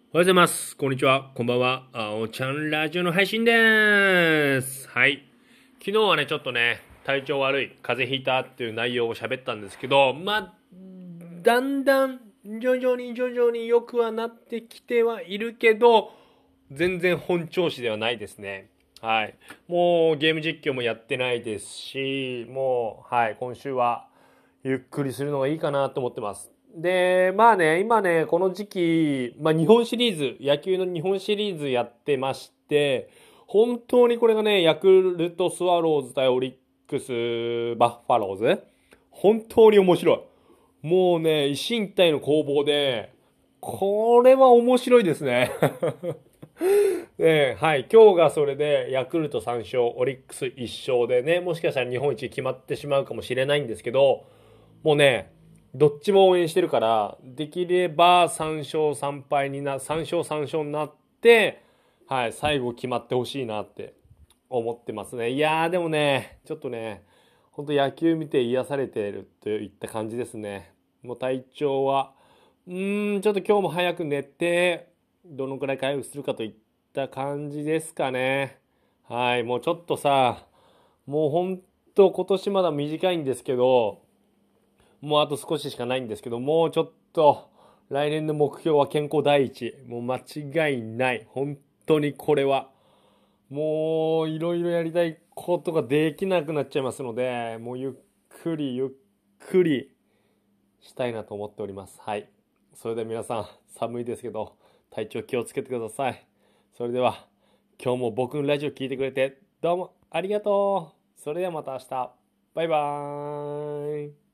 おはようございます。こんにちは。こんばんは。あおちゃんラジオの配信です。はい。昨日はね、ちょっとね、体調悪い、風邪ひいたっていう内容を喋ったんですけど、だんだん、徐々に良くはなってきてはいるけど、全然本調子ではないですね。はい。もうゲーム実況もやってないですし、もう、はい、今週はゆっくりするのがいいかなと思ってます。で、まあね、今ね、この時期、日本シリーズ、野球の日本シリーズやってまして、本当にこれがね、ヤクルトスワローズ対オリックスバッファローズ本当に面白い。もうね、一進一退の攻防で、これは面白いですね。はい、今日がそれで、ヤクルト3勝、オリックス1勝でね、もしかしたら日本一決まってしまうかもしれないんですけど、もうね、どっちも応援してるから、できれば3勝3敗に3勝3勝になって、はい、最後決まってほしいなって思ってますね。いやーでもね、ちょっとね、ほんと野球見て癒されてるといった感じですね。もう体調は、ちょっと今日も早く寝て、どのくらい回復するかといった感じですかね。はい、もうちょっとさ、もうほんと今年まだ短いんですけど、もうあと少ししかないんですけど、もうちょっと、来年の目標は健康第一。もう間違いない。本当にこれは。もう、いろいろやりたいことができなくなっちゃいますので、もうゆっくりしたいなと思っております。はい。それでは皆さん、寒いですけど、体調気をつけてください。それでは、今日も僕のラジオ聞いてくれて、どうもありがとう。それではまた明日。バイバーイ。